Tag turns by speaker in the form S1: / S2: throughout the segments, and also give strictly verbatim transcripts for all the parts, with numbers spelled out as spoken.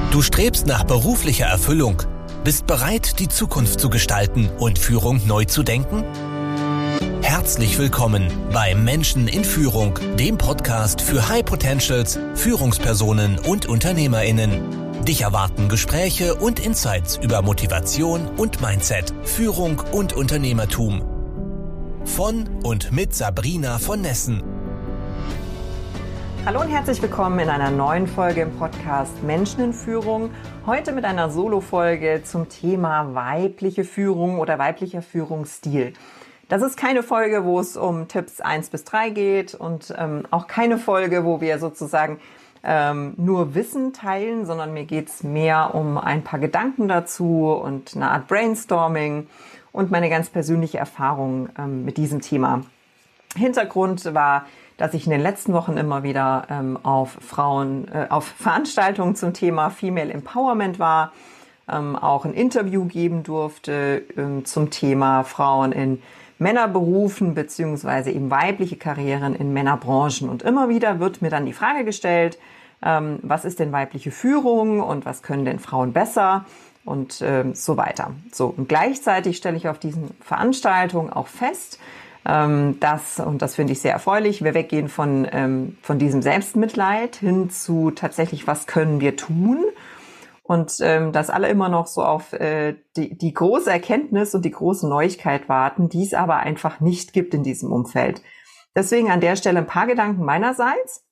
S1: Du strebst nach beruflicher Erfüllung, bist bereit, die Zukunft zu gestalten und Führung neu zu denken? Herzlich willkommen bei Menschen in Führung, dem Podcast für High Potentials, Führungspersonen und UnternehmerInnen. Dich erwarten Gespräche und Insights über Motivation und Mindset, Führung und Unternehmertum. Von und mit Sabrina von Nessen.
S2: Hallo und herzlich willkommen in einer neuen Folge im Podcast Menschen in Führung. Heute mit einer Solo-Folge zum Thema weibliche Führung oder weiblicher Führungsstil. Das ist keine Folge, wo es um Tipps eins bis drei geht und ähm, auch keine Folge, wo wir sozusagen ähm, nur Wissen teilen, sondern mir geht es mehr um ein paar Gedanken dazu und eine Art Brainstorming und meine ganz persönliche Erfahrung ähm, mit diesem Thema. Hintergrund war, dass ich in den letzten Wochen immer wieder ähm, auf Frauen, äh, auf Veranstaltungen zum Thema Female Empowerment war, ähm, auch ein Interview geben durfte ähm, zum Thema Frauen in Männerberufen beziehungsweise eben weibliche Karrieren in Männerbranchen. Und immer wieder wird mir dann die Frage gestellt, ähm, was ist denn weibliche Führung und was können denn Frauen besser und ähm, so weiter. So, und gleichzeitig stelle ich auf diesen Veranstaltungen auch fest, Das, und das finde ich sehr erfreulich, wir weggehen von, ähm, von diesem Selbstmitleid hin zu tatsächlich, was können wir tun? Und ähm, dass alle immer noch so auf äh, die, die große Erkenntnis und die große Neuigkeit warten, die es aber einfach nicht gibt in diesem Umfeld. Deswegen an der Stelle ein paar Gedanken meinerseits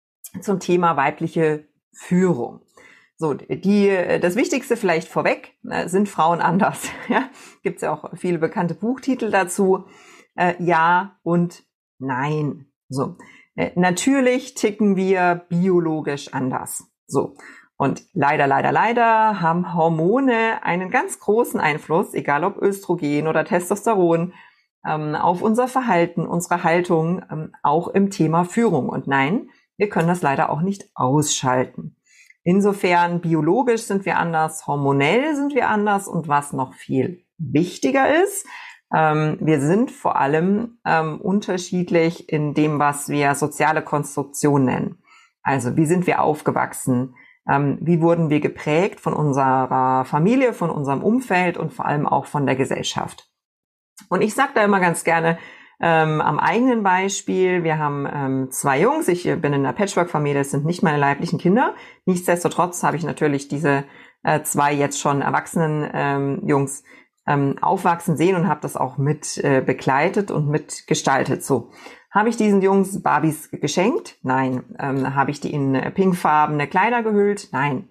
S2: zum Thema weibliche Führung. So, die, das Wichtigste vielleicht vorweg, äh, sind Frauen anders? Ja, gibt es ja auch viele bekannte Buchtitel dazu. Äh, ja und nein. So, äh, natürlich ticken wir biologisch anders. So, und leider, leider, leider haben Hormone einen ganz großen Einfluss, egal ob Östrogen oder Testosteron, ähm, auf unser Verhalten, unsere Haltung, ähm, auch im Thema Führung. Und nein, wir können das leider auch nicht ausschalten. Insofern biologisch sind wir anders, hormonell sind wir anders und was noch viel wichtiger ist, Ähm, wir sind vor allem ähm, unterschiedlich in dem, was wir soziale Konstruktion nennen. Also wie sind wir aufgewachsen? Ähm, wie wurden wir geprägt von unserer Familie, von unserem Umfeld und vor allem auch von der Gesellschaft? Und ich sage da immer ganz gerne ähm, am eigenen Beispiel, wir haben ähm, zwei Jungs, ich bin in einer Patchwork-Familie, das sind nicht meine leiblichen Kinder. Nichtsdestotrotz habe ich natürlich diese äh, zwei jetzt schon erwachsenen ähm, Jungs Ähm, aufwachsen sehen und habe das auch mit äh, begleitet und mitgestaltet. So, habe ich diesen Jungs Barbies geschenkt? Nein. Ähm, habe ich die in pinkfarbene Kleider gehüllt? Nein.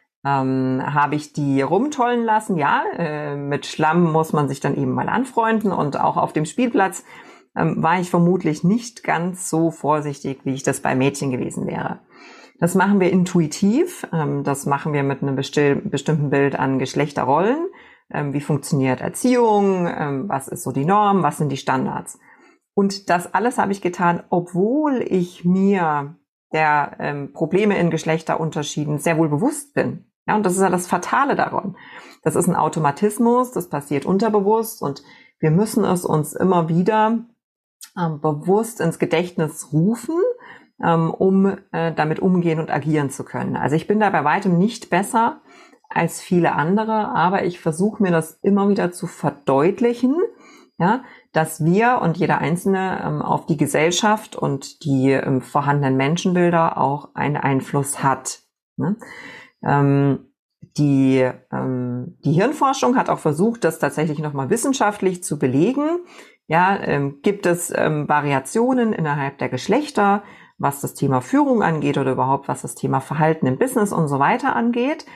S2: Ähm, habe ich die rumtollen lassen? Ja. Äh, mit Schlamm muss man sich dann eben mal anfreunden und auch auf dem Spielplatz ähm, war ich vermutlich nicht ganz so vorsichtig, wie ich das bei Mädchen gewesen wäre. Das machen wir intuitiv. Ähm, das machen wir mit einem besti- bestimmten Bild an Geschlechterrollen. Wie funktioniert Erziehung, was ist so die Norm, was sind die Standards. Und das alles habe ich getan, obwohl ich mir der ähm, Probleme in Geschlechterunterschieden sehr wohl bewusst bin. Ja, und das ist ja das Fatale daran. Das ist ein Automatismus, das passiert unterbewusst und wir müssen es uns immer wieder ähm, bewusst ins Gedächtnis rufen, ähm, um äh, damit umgehen und agieren zu können. Also ich bin da bei weitem nicht besser als viele andere, aber ich versuche mir das immer wieder zu verdeutlichen, ja, dass wir und jeder Einzelne ähm, auf die Gesellschaft und die ähm, vorhandenen Menschenbilder auch einen Einfluss hat. Ne? Ähm, die, ähm, die Hirnforschung hat auch versucht, das tatsächlich nochmal wissenschaftlich zu belegen. Ja, ähm, gibt es ähm, Variationen innerhalb der Geschlechter, was das Thema Führung angeht oder überhaupt was das Thema Verhalten im Business und so weiter angeht.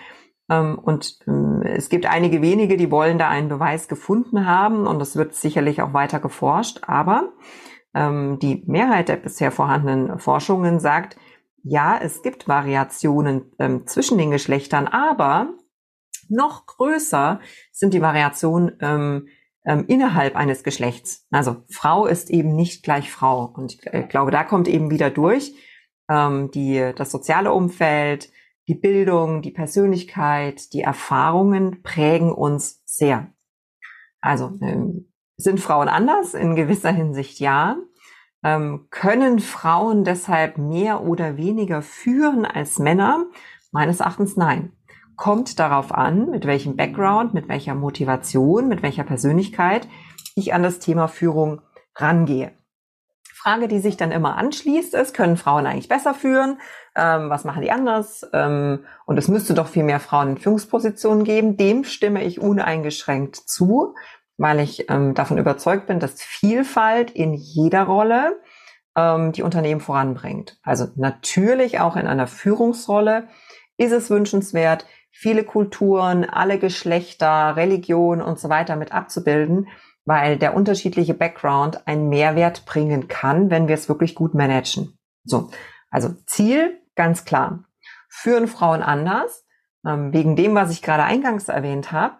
S2: Und es gibt einige wenige, die wollen da einen Beweis gefunden haben und es wird sicherlich auch weiter geforscht. Aber ähm, die Mehrheit der bisher vorhandenen Forschungen sagt, ja, es gibt Variationen ähm, zwischen den Geschlechtern, aber noch größer sind die Variationen ähm, ähm, innerhalb eines Geschlechts. Also Frau ist eben nicht gleich Frau. Und ich äh, glaube, da kommt eben wieder durch ähm, die das soziale Umfeld, die Bildung, die Persönlichkeit, die Erfahrungen prägen uns sehr. Also ähm, sind Frauen anders? In gewisser Hinsicht ja. Ähm, können Frauen deshalb mehr oder weniger führen als Männer? Meines Erachtens nein. kommt darauf an, mit welchem Background, mit welcher Motivation, mit welcher Persönlichkeit ich an das Thema Führung rangehe. Frage, die sich dann immer anschließt, ist, können Frauen eigentlich besser führen? Ähm, was machen die anders? Ähm, und es müsste doch viel mehr Frauen in Führungspositionen geben. Dem stimme ich uneingeschränkt zu, weil ich ähm, davon überzeugt bin, dass Vielfalt in jeder Rolle ähm, die Unternehmen voranbringt. Also natürlich auch in einer Führungsrolle ist es wünschenswert, viele Kulturen, alle Geschlechter, Religionen und so weiter mit abzubilden, weil der unterschiedliche Background einen Mehrwert bringen kann, wenn wir es wirklich gut managen. So, also Ziel, ganz klar. Führen Frauen anders, ähm, wegen dem, was ich gerade eingangs erwähnt habe,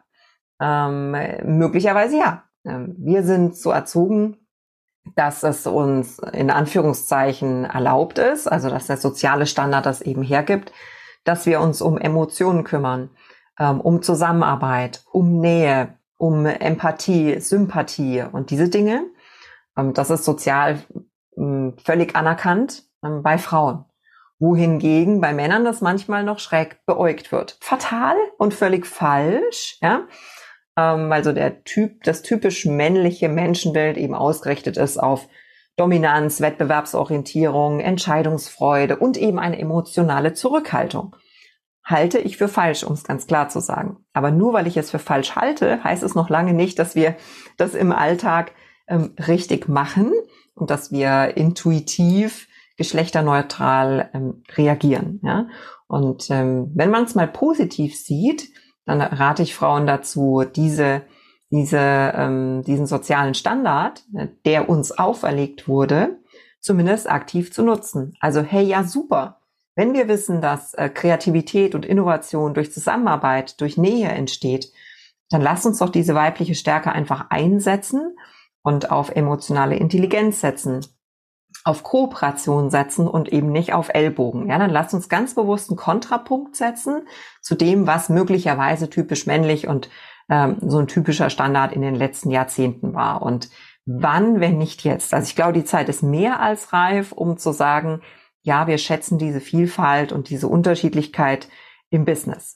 S2: ähm, möglicherweise ja. Ähm, wir sind so erzogen, dass es uns in Anführungszeichen erlaubt ist, also dass der soziale Standard das eben hergibt, dass wir uns um Emotionen kümmern, ähm, um Zusammenarbeit, um Nähe, um Empathie, Sympathie und diese Dinge. Ähm, das ist sozial ähm, völlig anerkannt ähm, bei Frauen. Wohingegen bei Männern das manchmal noch schräg beäugt wird. Fatal und völlig falsch, ja. Ähm, also der Typ, das typisch männliche Menschenbild eben ausgerichtet ist auf Dominanz, Wettbewerbsorientierung, Entscheidungsfreude und eben eine emotionale Zurückhaltung. Halte ich für falsch, um es ganz klar zu sagen. Aber nur weil ich es für falsch halte, heißt es noch lange nicht, dass wir das im Alltag ähm, richtig machen und dass wir intuitiv geschlechterneutral ähm, reagieren. Ja? Und ähm, wenn man es mal positiv sieht, dann rate ich Frauen dazu, diese, diese, ähm, diesen sozialen Standard, der uns auferlegt wurde, zumindest aktiv zu nutzen. Also hey, ja super. Wenn wir wissen, dass äh, Kreativität und Innovation durch Zusammenarbeit, durch Nähe entsteht, dann lasst uns doch diese weibliche Stärke einfach einsetzen und auf emotionale Intelligenz setzen, auf Kooperation setzen und eben nicht auf Ellbogen. Ja, dann lasst uns ganz bewusst einen Kontrapunkt setzen zu dem, was möglicherweise typisch männlich und ähm, so ein typischer Standard in den letzten Jahrzehnten war. Und wann, wenn nicht jetzt? Also ich glaube, die Zeit ist mehr als reif, um zu sagen, ja, wir schätzen diese Vielfalt und diese Unterschiedlichkeit im Business.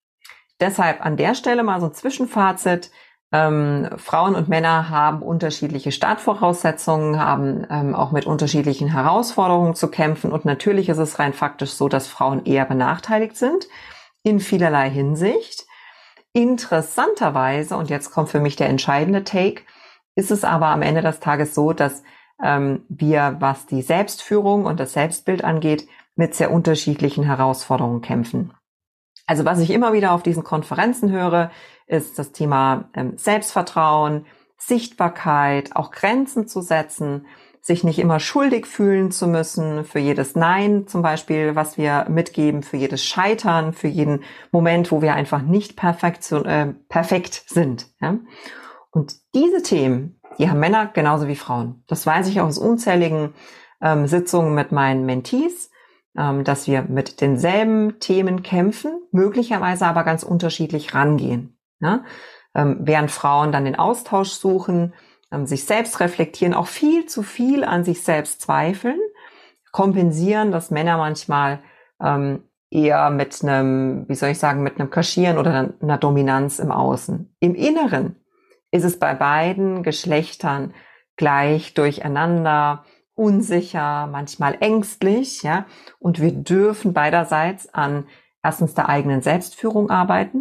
S2: Deshalb an der Stelle mal so ein Zwischenfazit. Ähm, Frauen und Männer haben unterschiedliche Startvoraussetzungen, haben ähm, auch mit unterschiedlichen Herausforderungen zu kämpfen. Und natürlich ist es rein faktisch so, dass Frauen eher benachteiligt sind in vielerlei Hinsicht. Interessanterweise, und jetzt kommt für mich der entscheidende Take, ist es aber am Ende des Tages so, dass ähm, wir, was die Selbstführung und das Selbstbild angeht, mit sehr unterschiedlichen Herausforderungen kämpfen. Also was ich immer wieder auf diesen Konferenzen höre, ist das Thema ähm, Selbstvertrauen, Sichtbarkeit, auch Grenzen zu setzen, sich nicht immer schuldig fühlen zu müssen für jedes Nein zum Beispiel, was wir mitgeben, für jedes Scheitern, für jeden Moment, wo wir einfach nicht perfekt, äh, perfekt sind. Ja? Und diese Themen, die haben Männer genauso wie Frauen. Das weiß ich aus unzähligen ähm, Sitzungen mit meinen Mentees, ähm, dass wir mit denselben Themen kämpfen, möglicherweise aber ganz unterschiedlich rangehen. Ja? Ähm, während Frauen dann den Austausch suchen, ähm, sich selbst reflektieren, auch viel zu viel an sich selbst zweifeln, kompensieren, dass Männer manchmal ähm, eher mit einem, wie soll ich sagen, mit einem Kaschieren oder einer Dominanz im Außen. Im Inneren ist es bei beiden Geschlechtern gleich durcheinander, unsicher, manchmal ängstlich, ja. Und wir dürfen beiderseits an erstens der eigenen Selbstführung arbeiten.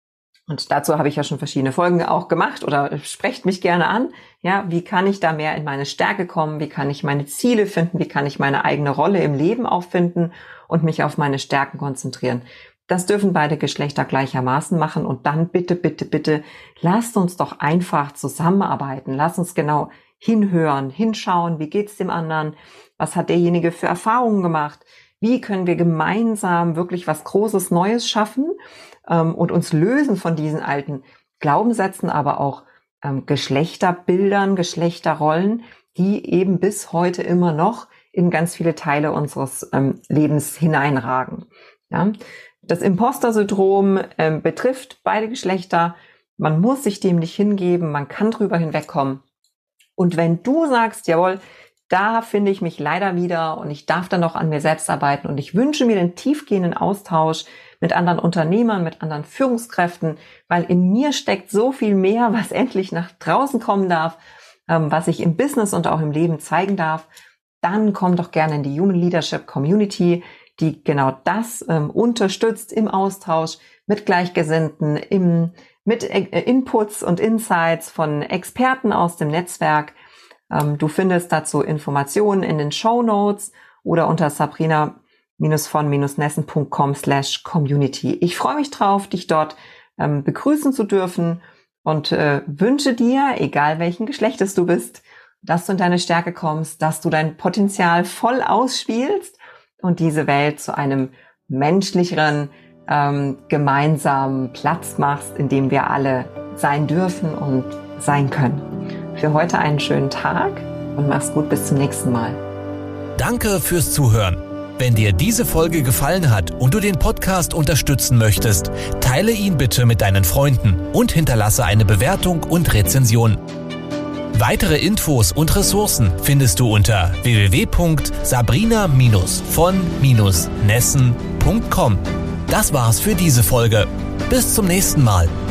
S2: Und dazu habe ich ja schon verschiedene Folgen auch gemacht oder sprecht mich gerne an. Ja, wie kann ich da mehr in meine Stärke kommen? Wie kann ich meine Ziele finden? Wie kann ich meine eigene Rolle im Leben auch finden und mich auf meine Stärken konzentrieren? Das dürfen beide Geschlechter gleichermaßen machen und dann bitte, bitte, bitte, lasst uns doch einfach zusammenarbeiten. Lasst uns genau hinhören, hinschauen, wie geht's dem anderen? Was hat derjenige für Erfahrungen gemacht? Wie können wir gemeinsam wirklich was Großes Neues schaffen ähm, und uns lösen von diesen alten Glaubenssätzen, aber auch ähm, Geschlechterbildern, Geschlechterrollen, die eben bis heute immer noch in ganz viele Teile unseres ähm, Lebens hineinragen. Ja? Das Imposter-Syndrom äh, betrifft beide Geschlechter. Man muss sich dem nicht hingeben, man kann drüber hinwegkommen. Und wenn du sagst, jawohl, da finde ich mich leider wieder und ich darf dann noch an mir selbst arbeiten und ich wünsche mir den tiefgehenden Austausch mit anderen Unternehmern, mit anderen Führungskräften, weil in mir steckt so viel mehr, was endlich nach draußen kommen darf, ähm, was ich im Business und auch im Leben zeigen darf. Dann komm doch gerne in die Human Leadership Community, die genau das ähm, unterstützt im Austausch mit Gleichgesinnten, im, mit äh, Inputs und Insights von Experten aus dem Netzwerk. Ähm, du findest dazu Informationen in den Shownotes oder unter sabrina-von-nessen.com slash community. Ich freue mich drauf, dich dort ähm, begrüßen zu dürfen und äh, wünsche dir, egal welchen Geschlechtes du bist, dass du in deine Stärke kommst, dass du dein Potenzial voll ausspielst und diese Welt zu einem menschlicheren, ähm, gemeinsamen Platz machst, in dem wir alle sein dürfen und sein können. Für heute einen schönen Tag und mach's gut, bis zum nächsten Mal.
S1: Danke fürs Zuhören. Wenn dir diese Folge gefallen hat und du den Podcast unterstützen möchtest, teile ihn bitte mit deinen Freunden und hinterlasse eine Bewertung und Rezension. Weitere Infos und Ressourcen findest du unter w w w punkt sabrina von nessen punkt com. Das war's für diese Folge. Bis zum nächsten Mal.